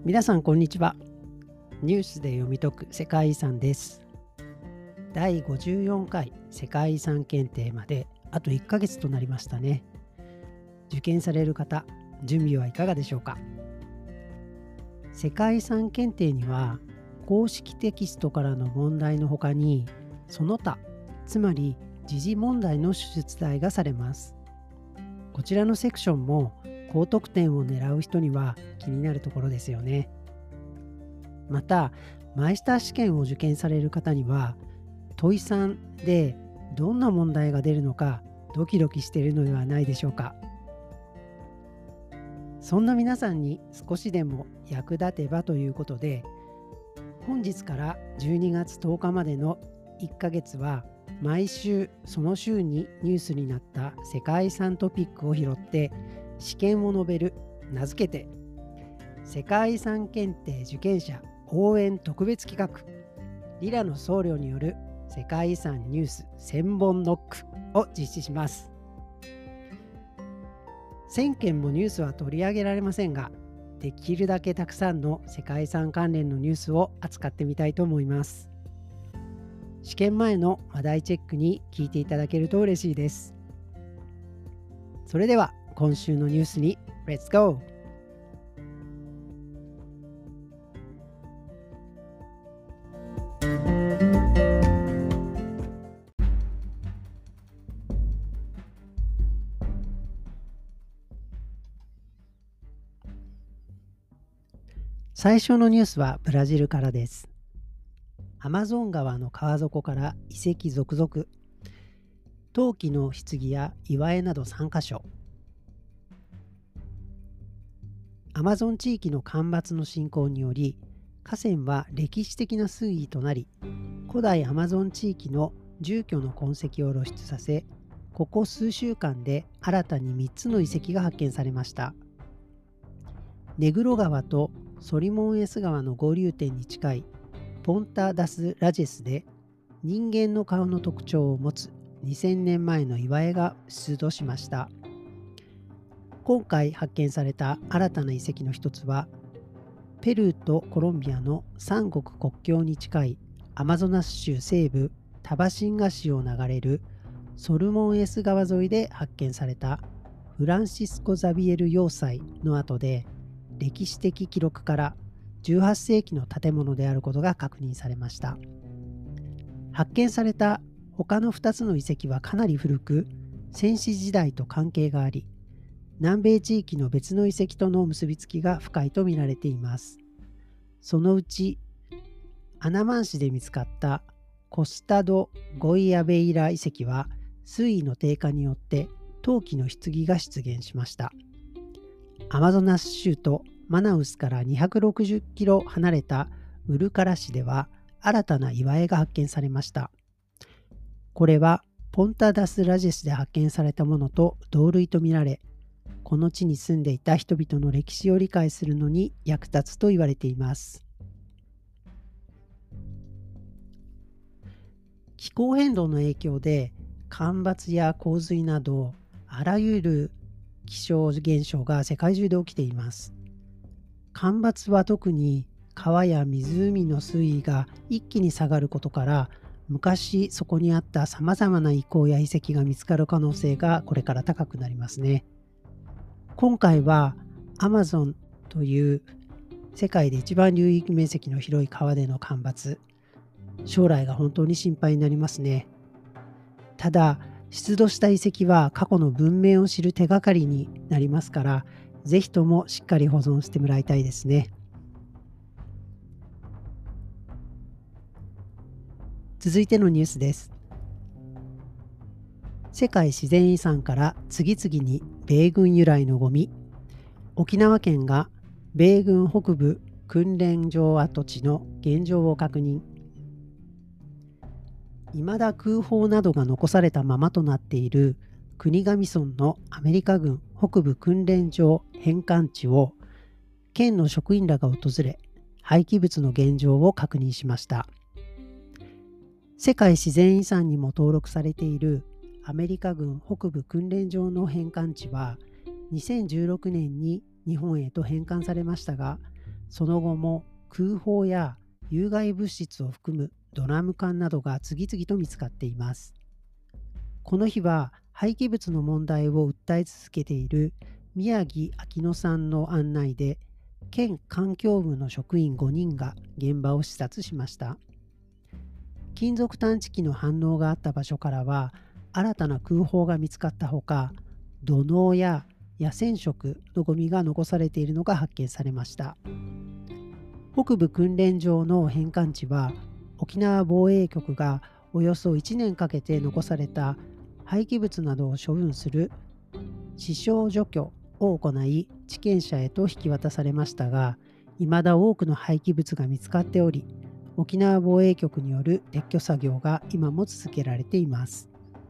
皆さんこんにちは。ニュースで読み解く世界遺産です。第54回世界遺産検定まであと1ヶ月となりましたね。受験される方、準備はいかがでしょうか。世界遺産検定には公式テキストからの問題の他にその他、つまり時事問題の出題がされます。こちらのセクションも高得点を狙う人には気になるところですよね。また、マイスター試験を受験される方には問3でどんな問題が出るのかドキドキしているのではないでしょうか。そんな皆さんに少しでも役立てばということで、本日から12月10日までの1ヶ月は毎週その週にニュースになった世界遺産トピックを拾って試験を述べる、名付けて世界遺産検定受験者応援特別企画リラの僧侶による世界遺産ニュース1000本ノックを実施します。1000件もニュースは取り上げられませんが、できるだけたくさんの世界遺産関連のニュースを扱ってみたいと思います。試験前の話題チェックに聞いていただけると嬉しいです。それでは今週のニュースにレッツゴー。最初のニュースはブラジルからです。アマゾン川の川底から遺跡続々。陶器の棺や岩絵など3カ所。アマゾン地域の干ばつの進行により、河川は歴史的な水位となり、古代アマゾン地域の住居の痕跡を露出させ、ここ数週間で新たに3つの遺跡が発見されました。ネグロ川とソリモンエス川の合流点に近いポンタ・ダス・ラジェスで人間の顔の特徴を持つ2000年前の岩絵が出土しました。今回発見された新たな遺跡の一つは、ペルーとコロンビアの三国国境に近いアマゾナス州西部タバシンガ市を流れるソルモンエス川沿いで発見されたフランシスコ・ザビエル要塞の跡で、歴史的記録から18世紀の建物であることが確認されました。発見された他の2つの遺跡はかなり古く、先史時代と関係があり、南米地域の別の遺跡との結びつきが深いと見られています。そのうちアナマン市で見つかったコスタド・ゴイアベイラ遺跡は水位の低下によって陶器の棺が出現しました。アマゾナス州とマナウスから260キロ離れたウルカラ市では新たな岩絵が発見されました。これはポンタダスラジェスで発見されたものと同類とみられ、この地に住んでいた人々の歴史を理解するのに役立つと言われています。気候変動の影響で干ばつや洪水などあらゆる気象現象が世界中で起きています。干ばつは特に川や湖の水位が一気に下がることから、昔そこにあったさまざまな遺構や遺跡が見つかる可能性がこれから高くなりますね。今回はアマゾンという世界で一番流域面積の広い川での干ばつ、将来が本当に心配になりますね。ただ、出土した遺跡は過去の文明を知る手がかりになりますから、ぜひともしっかり保存してもらいたいですね。続いてのニュースです。世界自然遺産から次々に米軍由来のゴミ。沖縄県が米軍北部訓練場跡地の現状を確認。未だ空砲などが残されたままとなっている国頭村のアメリカ軍北部訓練場返還地を県の職員らが訪れ、廃棄物の現状を確認しました。世界自然遺産にも登録されているアメリカ軍北部訓練場の返還地は2016年に日本へと返還されましたが、 その後も空砲や有害物質を含むドラム缶などが次々と見つかっています。この日は廃棄物の問題を訴え続けている宮城秋乃さんの案内で、県環境部の職員5人が現場を視察しました。金属探知機の反応があった場所からは新たな空砲が見つかったほか、土のうや野染色のゴミが残されているのが発見されました。北部訓練場の返還地は沖縄防衛局がおよそ1年かけて残された廃棄物などを処分する死傷除去を行い地権者へと引き渡されましたが、未だ多くの廃棄物が見つかっており、沖縄防衛局による撤去作業が今も続けられています。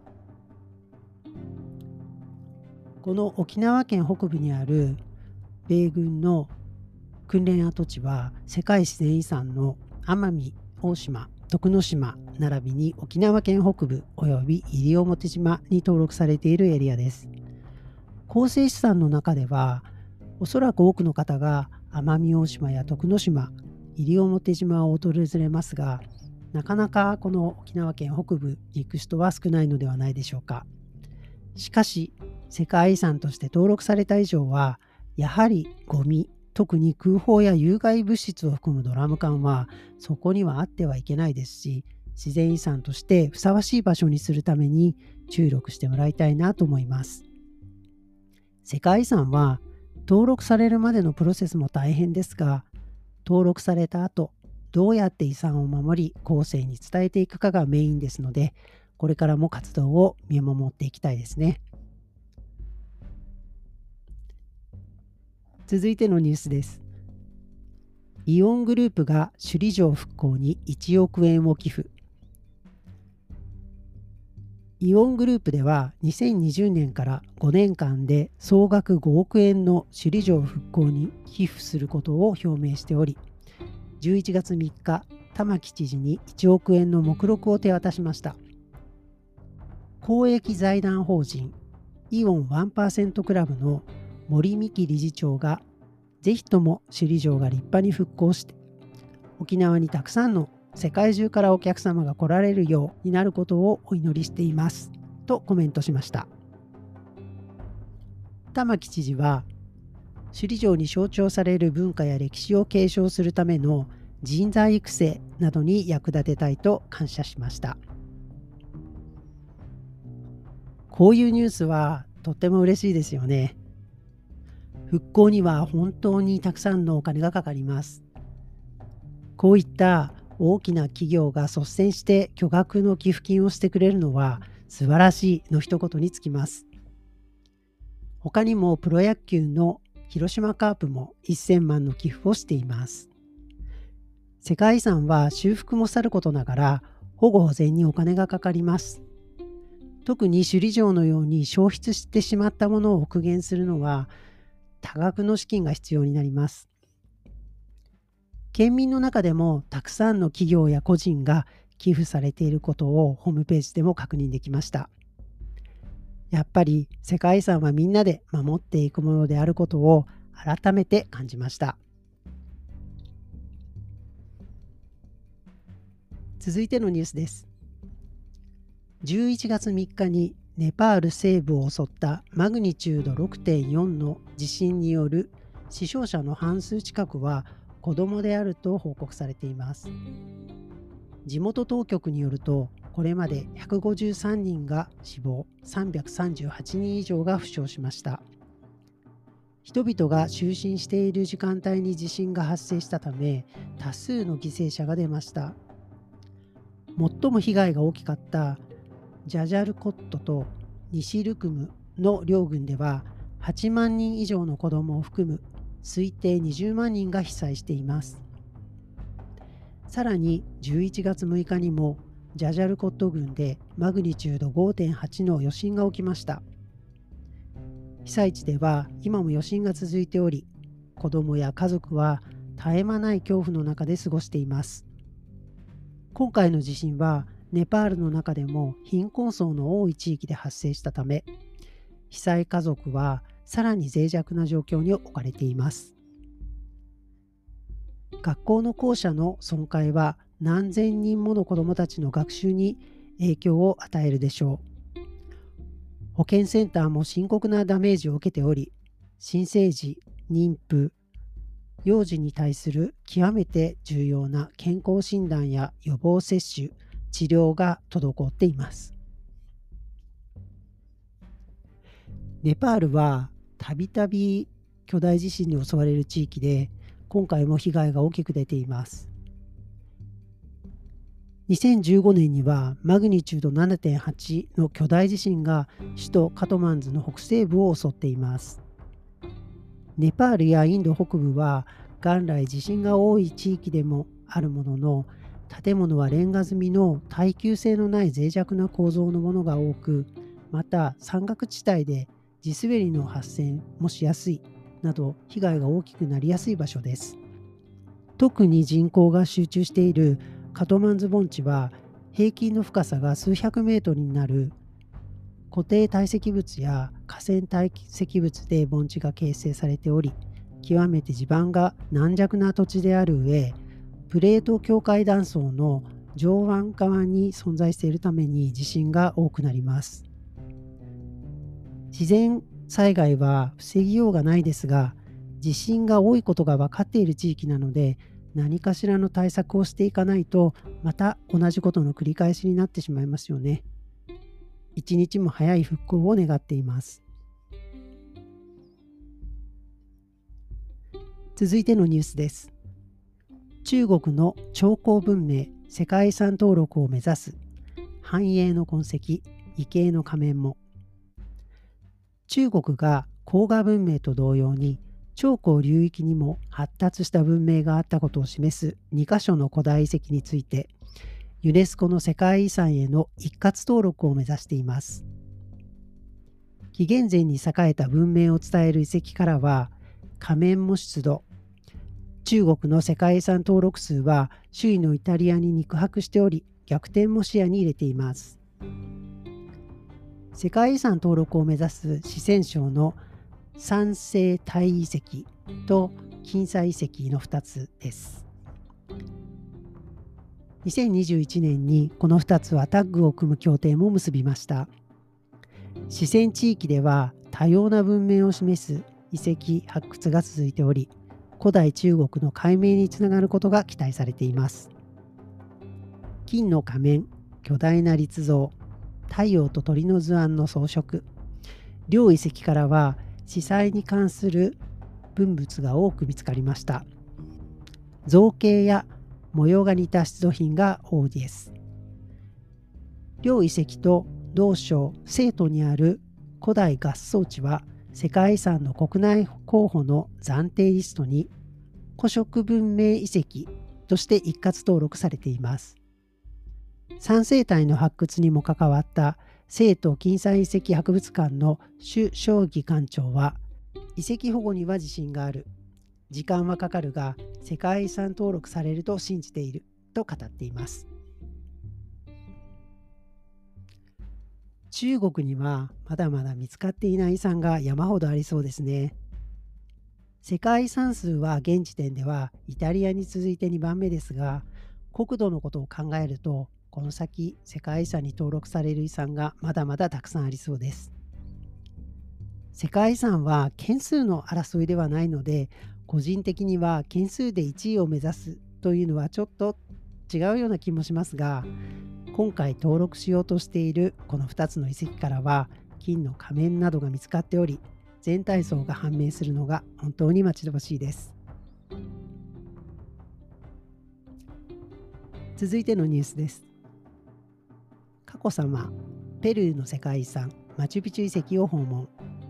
この沖縄県北部にある米軍の訓練跡地は世界自然遺産の奄美大島、徳之島並びに沖縄県北部および西表島に登録されているエリアです。構成資産の中ではおそらく多くの方が奄美大島や徳之島、西表島を訪れますが、なかなかこの沖縄県北部に行く人は少ないのではないでしょうか。しかし世界遺産として登録された以上は、やはりゴミ、特に空砲や有害物質を含むドラム缶はそこにはあってはいけないですし、自然遺産としてふさわしい場所にするために注力してもらいたいなと思います。世界遺産は登録されるまでのプロセスも大変ですが、登録された後どうやって遺産を守り後世に伝えていくかがメインですので、これからも活動を見守っていきたいですね。続いてのニュースです。イオングループが首里城復興に1億円を寄付。イオングループでは2020年から5年間で総額5億円の首里城復興に寄付することを表明しており、11月3日、玉城知事に1億円の目録を手渡しました。公益財団法人イオン 1% クラブの森美樹理事長が、ぜひとも首里城が立派に復興して沖縄にたくさんの世界中からお客様が来られるようになることをお祈りしていますとコメントしました。玉城知事は、首里城に象徴される文化や歴史を継承するための人材育成などに役立てたいと感謝しました。こういうニュースはとっても嬉しいですよね。復興には本当にたくさんのお金がかかります。こういった大きな企業が率先して巨額の寄付金をしてくれるのは素晴らしいの一言につきます。他にもプロ野球の広島カープも1000万の寄付をしています。世界遺産は修復もさることながら保護保全にお金がかかります。特に首里城のように消失してしまったものを復元するのは多額の資金が必要になります。県民の中でもたくさんの企業や個人が寄付されていることをホームページでも確認できました。やっぱり世界遺産はみんなで守っていくものであることを改めて感じました。続いてのニュースです。11月3日にネパール西部を襲ったマグニチュード 6.4 の地震による死傷者の半数近くは子どもであると報告されています。地元当局によると、これまで153人が死亡、338人以上が負傷しました。人々が就寝している時間帯に地震が発生したため、多数の犠牲者が出ました。最も被害が大きかったジャジャルコットと西ルクムの両郡では8万人以上の子どもを含む推定20万人が被災しています。さらに11月6日にもジャジャルコット郡でマグニチュード 5.8 の余震が起きました。被災地では今も余震が続いており、子どもや家族は絶え間ない恐怖の中で過ごしています。今回の地震はネパールの中でも貧困層の多い地域で発生したため、被災家族はさらに脆弱な状況に置かれています。 学校の校舎の損壊は何千人もの子どもたちの学習に影響を与えるでしょう。保健センターも深刻なダメージを受けており、新生児、妊婦、幼児に対する極めて重要な健康診断や予防接種、治療が滞っています。ネパールはたびたび巨大地震に襲われる地域で、今回も被害が大きく出ています。2015年にはマグニチュード 7.8 の巨大地震が首都カトマンズの北西部を襲っています。ネパールやインド北部は元来地震が多い地域でもあるものの、建物はレンガ積みの耐久性のない脆弱な構造のものが多く、また山岳地帯で地滑りの発生もしやすいなど被害が大きくなりやすい場所です。特に人口が集中しているカトマンズ盆地は平均の深さが数百メートルになる固定堆積物や河川堆積物で盆地が形成されており、極めて地盤が軟弱な土地である上、プレート境界断層の上腕側に存在しているために地震が多くなります。自然災害は防ぎようがないですが、地震が多いことが分かっている地域なので、何かしらの対策をしていかないと、また同じことの繰り返しになってしまいますよね。一日も早い復興を願っています。続いてのニュースです。中国の長江文明世界遺産登録を目指す繁栄の痕跡、畏敬の仮面も。中国が黄河文明と同様に長江流域にも発達した文明があったことを示す2カ所の古代遺跡について、ユネスコの世界遺産への一括登録を目指しています。紀元前に栄えた文明を伝える遺跡からは、仮面も出土。中国の世界遺産登録数は周囲のイタリアに肉薄しており、逆転も視野に入れています。世界遺産登録を目指す四川省の三星堆遺跡と金西遺跡の2つです。2021年にこの2つはタッグを組む協定も結びました。四川地域では多様な文明を示す遺跡発掘が続いており、古代中国の解明につながることが期待されています。金の仮面、巨大な立像、太陽と鳥の図案の装飾、両遺跡からは司祭に関する文物が多く見つかりました。造形や模様が似た出土品が多いです。両遺跡と同省成都にある古代合葬地は世界遺産の国内候補の暫定リストに古色文明遺跡として一括登録されています。三星堆の発掘にも関わった成都金西遺跡博物館の朱正義館長は、遺跡保護には自信がある、時間はかかるが世界遺産登録されると信じていると語っています。中国にはまだまだ見つかっていない遺産が山ほどありそうですね。世界遺産数は現時点ではイタリアに続いて2番目ですが、国土のことを考えるとこの先世界遺産に登録される遺産がまだまだたくさんありそうです。世界遺産は件数の争いではないので、個人的には件数で1位を目指すというのはちょっと違うような気もしますが、今回登録しようとしているこの2つの遺跡からは金の仮面などが見つかっており、全体像が判明するのが本当に待ち遠しいです。続いてのニュースです。佳子さま、ペルーの世界遺産マチュピチュ遺跡を訪問。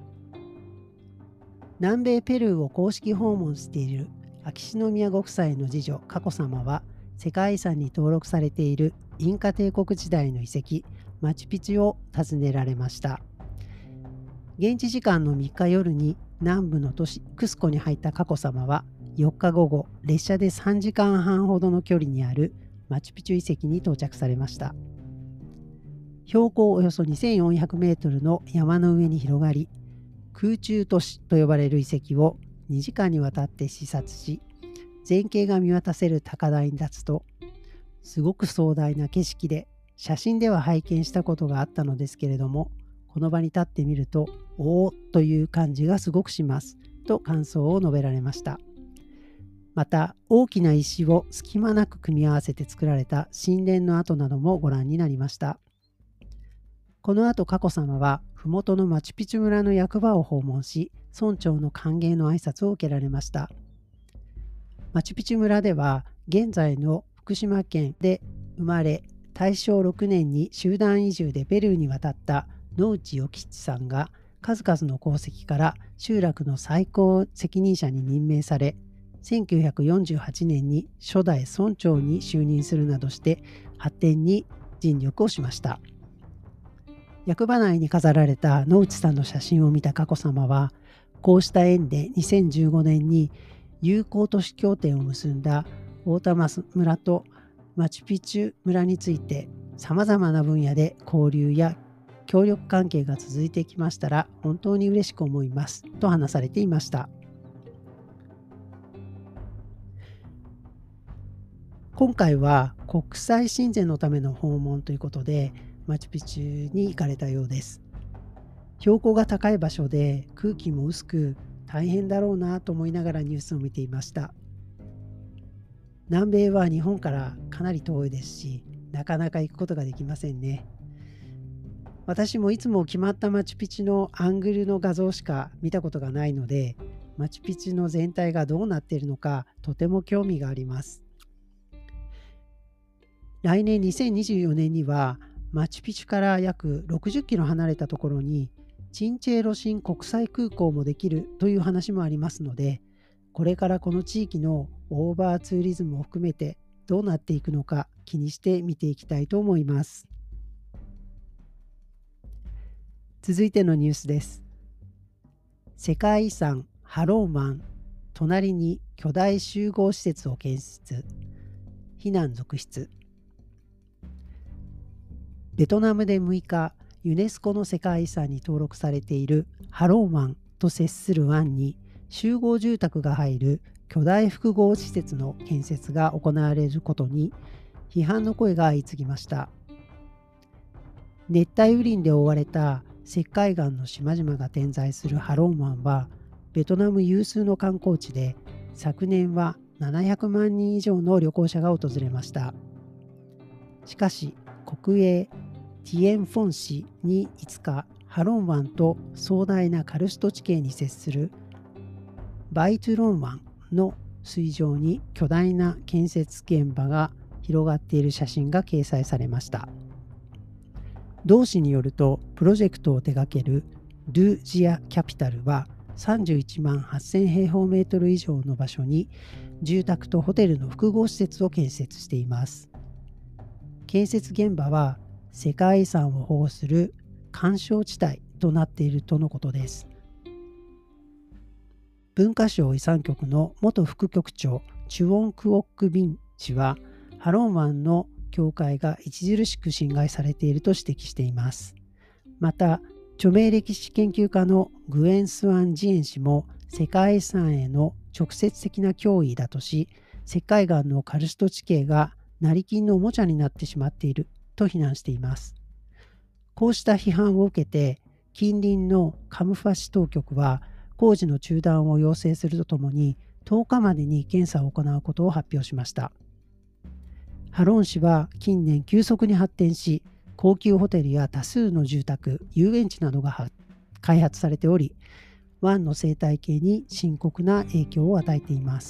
南米ペルーを公式訪問している秋篠宮ご夫妻の次女佳子さまは、世界遺産に登録されているインカ帝国時代の遺跡マチュピチュを訪ねられました。現地時間の3日夜に南部の都市クスコに入った佳子さまは、4日午後列車で3時間半ほどの距離にあるマチュピチュ遺跡に到着されました。標高およそ2400メートルの山の上に広がり、空中都市と呼ばれる遺跡を2時間にわたって視察し、 全景が見渡せる高台に立つと、すごく壮大な景色で、写真では拝見したことがあったのですけれども、この場に立ってみると、おーという感じがすごくしますと感想を述べられました。また、大きな石を隙間なく組み合わせて作られた神殿の跡などもご覧になりました。この後、佳子さまは麓のマチュピチュ村の役場を訪問し、村長の歓迎の挨拶を受けられました。マチュピチュ村では、現在の福島県で生まれ、大正6年に集団移住でペルーに渡った野内与吉さんが、数々の功績から集落の最高責任者に任命され、1948年に初代村長に就任するなどして発展に尽力をしました。役場内に飾られた野内さんの写真を見た佳子さまは、こうした縁で2015年に友好都市協定を結んだ大玉村とマチュピチュ村について、さまざまな分野で交流や協力関係が続いてきましたら本当に嬉しく思いますと話されていました。今回は国際親善のための訪問ということで、マチュピチュに行かれたようです。標高が高い場所で空気も薄く大変だろうなと思いながらニュースを見ていました。南米は日本からかなり遠いですし、なかなか行くことができませんね。私もいつも決まったマチュピチュのアングルの画像しか見たことがないので、マチュピチュの全体がどうなっているのかとても興味があります。来年2024年にはマチュピチュから約60キロ離れたところにチンチェーロシン国際空港もできるという話もありますので、これからこの地域のオーバーツーリズムを含めてどうなっていくのか気にして見ていきたいと思います。続いてのニュースです。世界遺産ハローマン隣に巨大集合施設を建設、非難続出。ベトナムで6日、ユネスコの世界遺産に登録されているハローマンと接する湾に集合住宅が入る巨大複合施設の建設が行われることに批判の声が相次ぎました。熱帯雨林で覆われた石灰岩の島々が点在するハローマンは、ベトナム有数の観光地で、昨年は700万人以上の旅行者が訪れました。しかし、国営ティエンフォン市に5日、ハロン湾と壮大なカルスト地形に接するバイトゥロン湾の水上に巨大な建設現場が広がっている写真が掲載されました。同誌によると、プロジェクトを手掛けるドゥジアキャピタルは31万8000平方メートル以上の場所に住宅とホテルの複合施設を建設しています。建設現場は世界遺産を保護する緩衝地帯となっているとのことです。文化省遺産局の元副局長チュオン・クオック・ビン氏は、ハロン湾の教会が著しく侵害されていると指摘しています。また、著名歴史研究家のグエン・スワン・ジエン氏も世界遺産への直接的な脅威だとし、石灰岩のカルスト地形が成金のおもちゃになってしまっていると非難しています。こうした批判を受けて、近隣のカムファ市当局は工事の中断を要請するとともに、10日までに検査を行うことを発表しました。ハロン市は近年急速に発展し、高級ホテルや多数の住宅、遊園地などが開発されており、湾の生態系に深刻な影響を与えています。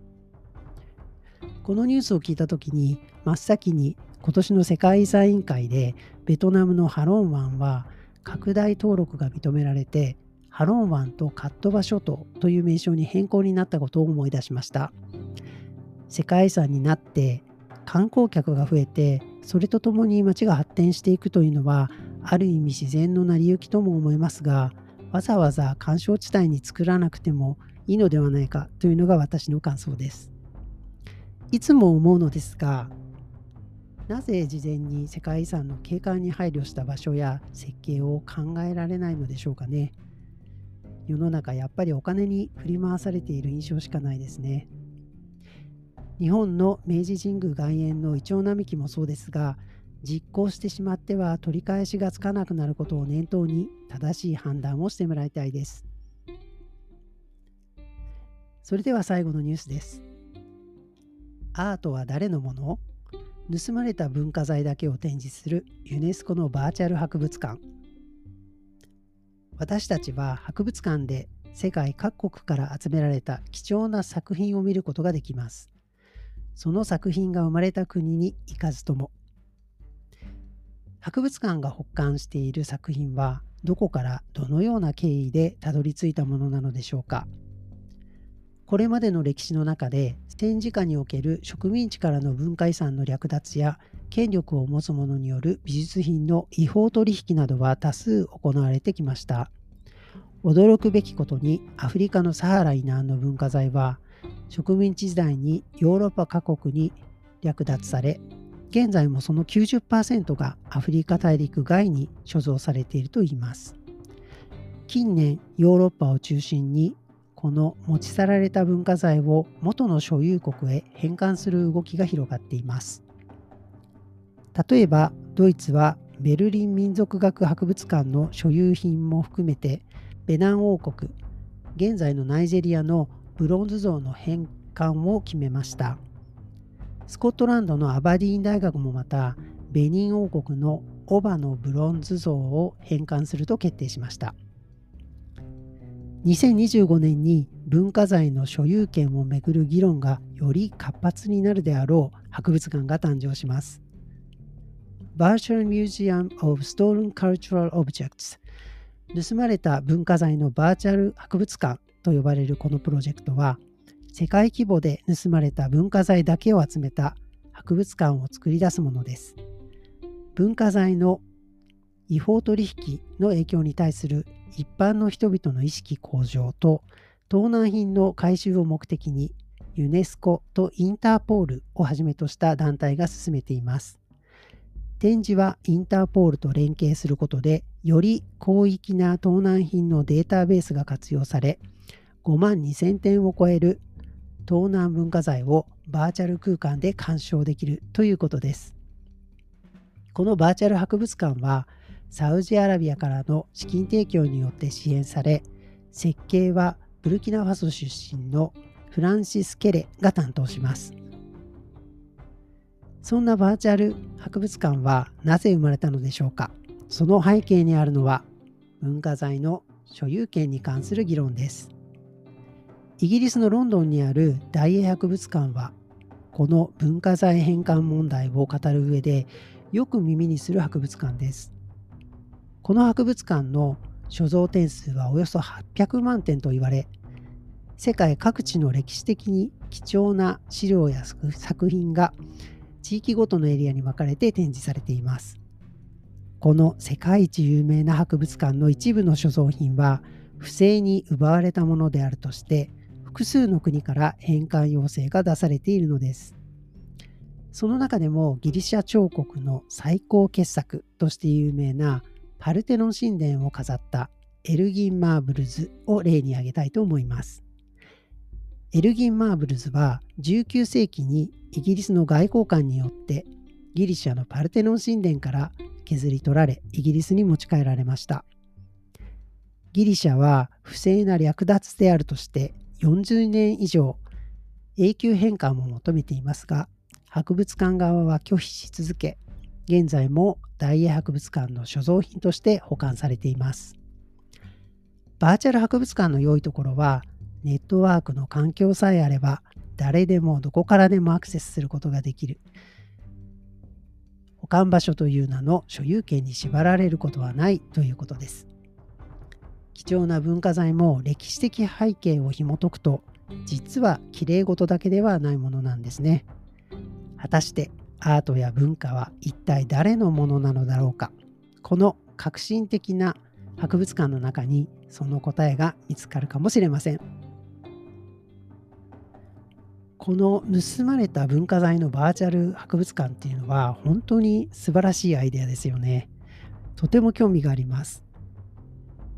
このニュースを聞いたときに、真っ先に今年の世界遺産委員会でベトナムのハロン湾は拡大登録が認められて、ハロン湾とカットバ諸島という名称に変更になったことを思い出しました。世界遺産になって観光客が増えて、それとともに街が発展していくというのはある意味自然の成り行きとも思いますが、わざわざ緩衝地帯に作らなくてもいいのではないかというのが私の感想です。いつも思うのですが、なぜ事前に世界遺産の景観に配慮した場所や設計を考えられないのでしょうかね。世の中やっぱりお金に振り回されている印象しかないですね。 日本の明治神宮外苑のイチョウ並木もそうですが、実行してしまっては取り返しがつかなくなることを念頭に正しい判断をしてもらいたいです。それでは最後のニュースです。アートは誰のもの？盗まれた文化財だけを展示するユネスコのバーチャル博物館。私たちは博物館で世界各国から集められた貴重な作品を見ることができます。その作品が生まれた国に行かずとも。博物館が保管している作品はどこからどのような経緯でたどり着いたものなのでしょうか。これまでの歴史の中で戦時下における植民地からの文化遺産の略奪や権力を持つ者による美術品の違法取引などは多数行われてきました。驚くべきことにアフリカのサハラ以南の文化財は植民地時代にヨーロッパ各国に略奪され、現在もその 90% がアフリカ大陸外に所蔵されているといいます。近年ヨーロッパを中心にこの持ち去られた文化財を元の所有国へ返還する動きが広がっています。例えばドイツはベルリン民族学博物館の所有品も含めてベナン王国、現在のナイジェリアのブロンズ像の返還を決めました。スコットランドのアバディーン大学もまたベニン王国のオバのブロンズ像を返還すると決定しました。2025年に文化財の所有権をめぐる議論がより活発になるであろう博物館が誕生します。Virtual Museum of Stolen Cultural Objects、 盗まれた文化財のバーチャル博物館と呼ばれるこのプロジェクトは、世界規模で盗まれた文化財だけを集めた博物館を作り出すものです。文化財の違法取引の影響に対する一般の人々の意識向上と盗難品の回収を目的にユネスコとインターポールをはじめとした団体が進めています。展示はインターポールと連携することでより広域な盗難品のデータベースが活用され、5万2000点を超える盗難文化財をバーチャル空間で鑑賞できるということです。このバーチャル博物館はサウジアラビアからの資金提供によって支援され、設計はブルキナファソ出身のフランシス・ケレが担当します。そんなバーチャル博物館はなぜ生まれたのでしょうか。その背景にあるのは文化財の所有権に関する議論です。イギリスのロンドンにある大英博物館はこの文化財返還問題を語る上でよく耳にする博物館です。この博物館の所蔵点数はおよそ800万点と言われ、世界各地の歴史的に貴重な資料や作品が地域ごとのエリアに分かれて展示されています。この世界一有名な博物館の一部の所蔵品は不正に奪われたものであるとして複数の国から返還要請が出されているのです。その中でもギリシャ彫刻の最高傑作として有名なパルテノン神殿を飾ったエルギン・マーブルズを例に挙げたいと思います。エルギン・マーブルズは19世紀にイギリスの外交官によってギリシャのパルテノン神殿から削り取られイギリスに持ち帰られました。ギリシャは不正な略奪であるとして40年以上永久返還を求めていますが、博物館側は拒否し続け、現在も大英博物館の所蔵品として保管されています。バーチャル博物館の良いところは、ネットワークの環境さえあれば、誰でもどこからでもアクセスすることができる。保管場所という名の所有権に縛られることはないということです。貴重な文化財も歴史的背景を紐解くと、実はきれい事だけではないものなんですね。果たしてアートや文化は一体誰のものなのだろうか。この革新的な博物館の中にその答えが見つかるかもしれません。この盗まれた文化財のバーチャル博物館っていうのは本当に素晴らしいアイデアですよね。とても興味があります。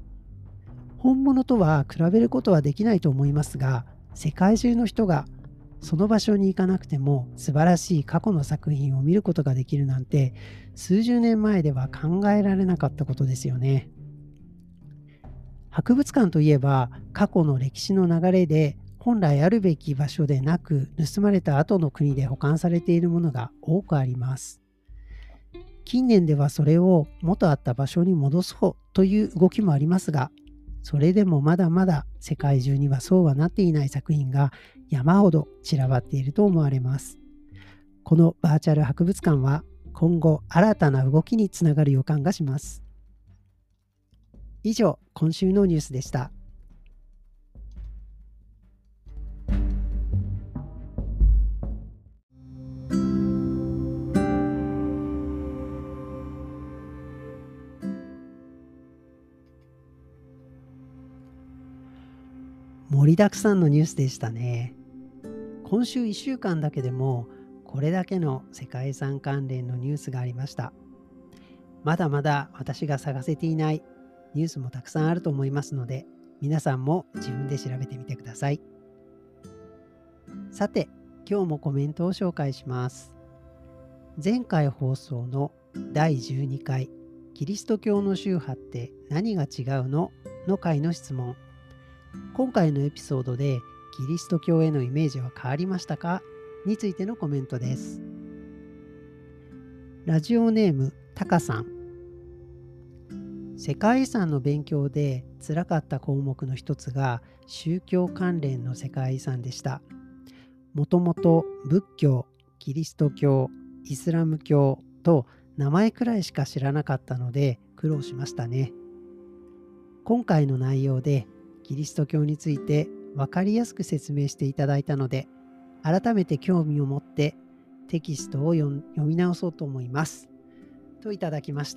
本物とは比べることはできないと思いますが、世界中の人がその場所に行かなくても素晴らしい過去の作品を見ることができるなんて、数十年前では考えられなかったことですよね。博物館といえば、過去の歴史の流れで本来あるべき場所でなく、盗まれた後の国で保管されているものが多くあります。近年ではそれを元あった場所に戻そうという動きもありますが、それでもまだまだ世界中にはそうはなっていない作品が山ほど散らばっていると思われます。このバーチャル博物館は今後新たな動きにつながる予感がします。以上、今週のニュースでした。盛りだくさんのニュースでしたね。今週1週間だけでもこれだけの世界遺産関連のニュースがありました。まだまだ私が探せていないニュースもたくさんあると思いますので、皆さんも自分で調べてみてください。さて、今日もコメントを紹介します。前回放送の第12回キリスト教の宗派って何が違うのの回の質問。今回のエピソードでキリスト教へのイメージは変わりましたかについてのコメントです。ラジオネームタカさん。世界遺産の勉強で辛かった項目の一つが宗教関連の世界遺産でした。もともと仏教、キリスト教、イスラム教と名前くらいしか知らなかったので苦労しましたね。今回の内容でキリスト教について分かりやすく説明していただいたので、改めて興味を持ってテキストを読み直そうと思います。といただきました。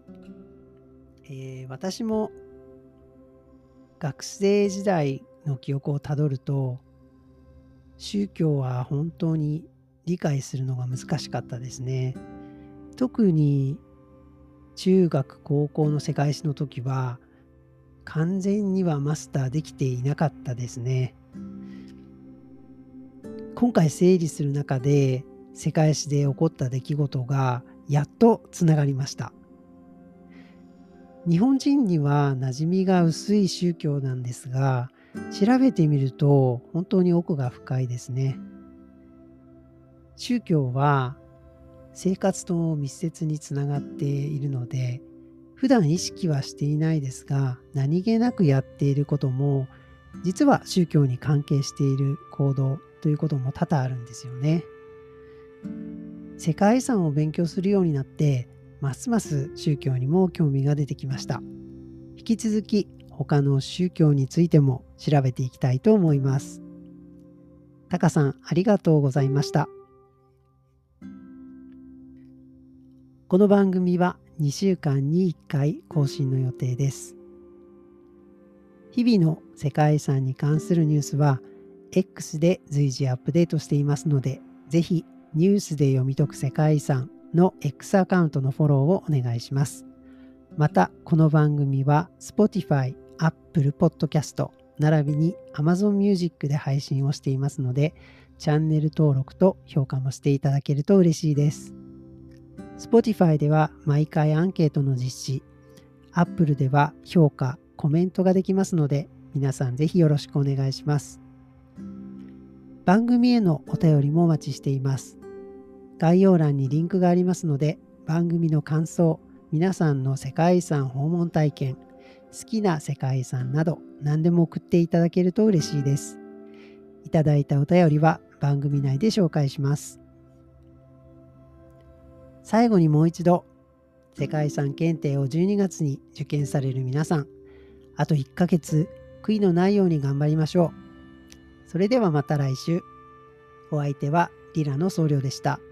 私も学生時代の記憶をたどると、宗教は本当に理解するのが難しかったですね。特に中学高校の世界史の時は完全にはマスターできていなかったですね。今回整理する中で世界史で起こった出来事がやっとつながりました。日本人には馴染みが薄い宗教なんですが、調べてみると本当に奥が深いですね。宗教は生活と密接につながっているので、普段意識はしていないですが、何気なくやっていることも実は宗教に関係している行動ということも多々あるんですよね。世界遺産を勉強するようになって、ますます宗教にも興味が出てきました。引き続き他の宗教についても調べていきたいと思います。タカさん、ありがとうございました。この番組は2週間に1回更新の予定です。日々の世界遺産に関するニュースは X で随時アップデートしていますので、ぜひニュースで読み解く世界遺産の X アカウントのフォローをお願いします。また、この番組は Spotify、Apple Podcast 並びに Amazon Music で配信をしていますので、チャンネル登録と評価もしていただけると嬉しいです。Spotify では毎回アンケートの実施、Apple では評価、コメントができますので、皆さんぜひよろしくお願いします。番組へのお便りもお待ちしています。概要欄にリンクがありますので、番組の感想、皆さんの世界遺産訪問体験、好きな世界遺産など何でも送っていただけると嬉しいです。いただいたお便りは番組内で紹介します。最後にもう一度、世界遺産検定を12月に受験される皆さん、あと1ヶ月悔いのないように頑張りましょう。それではまた来週。お相手はリラの僧侶でした。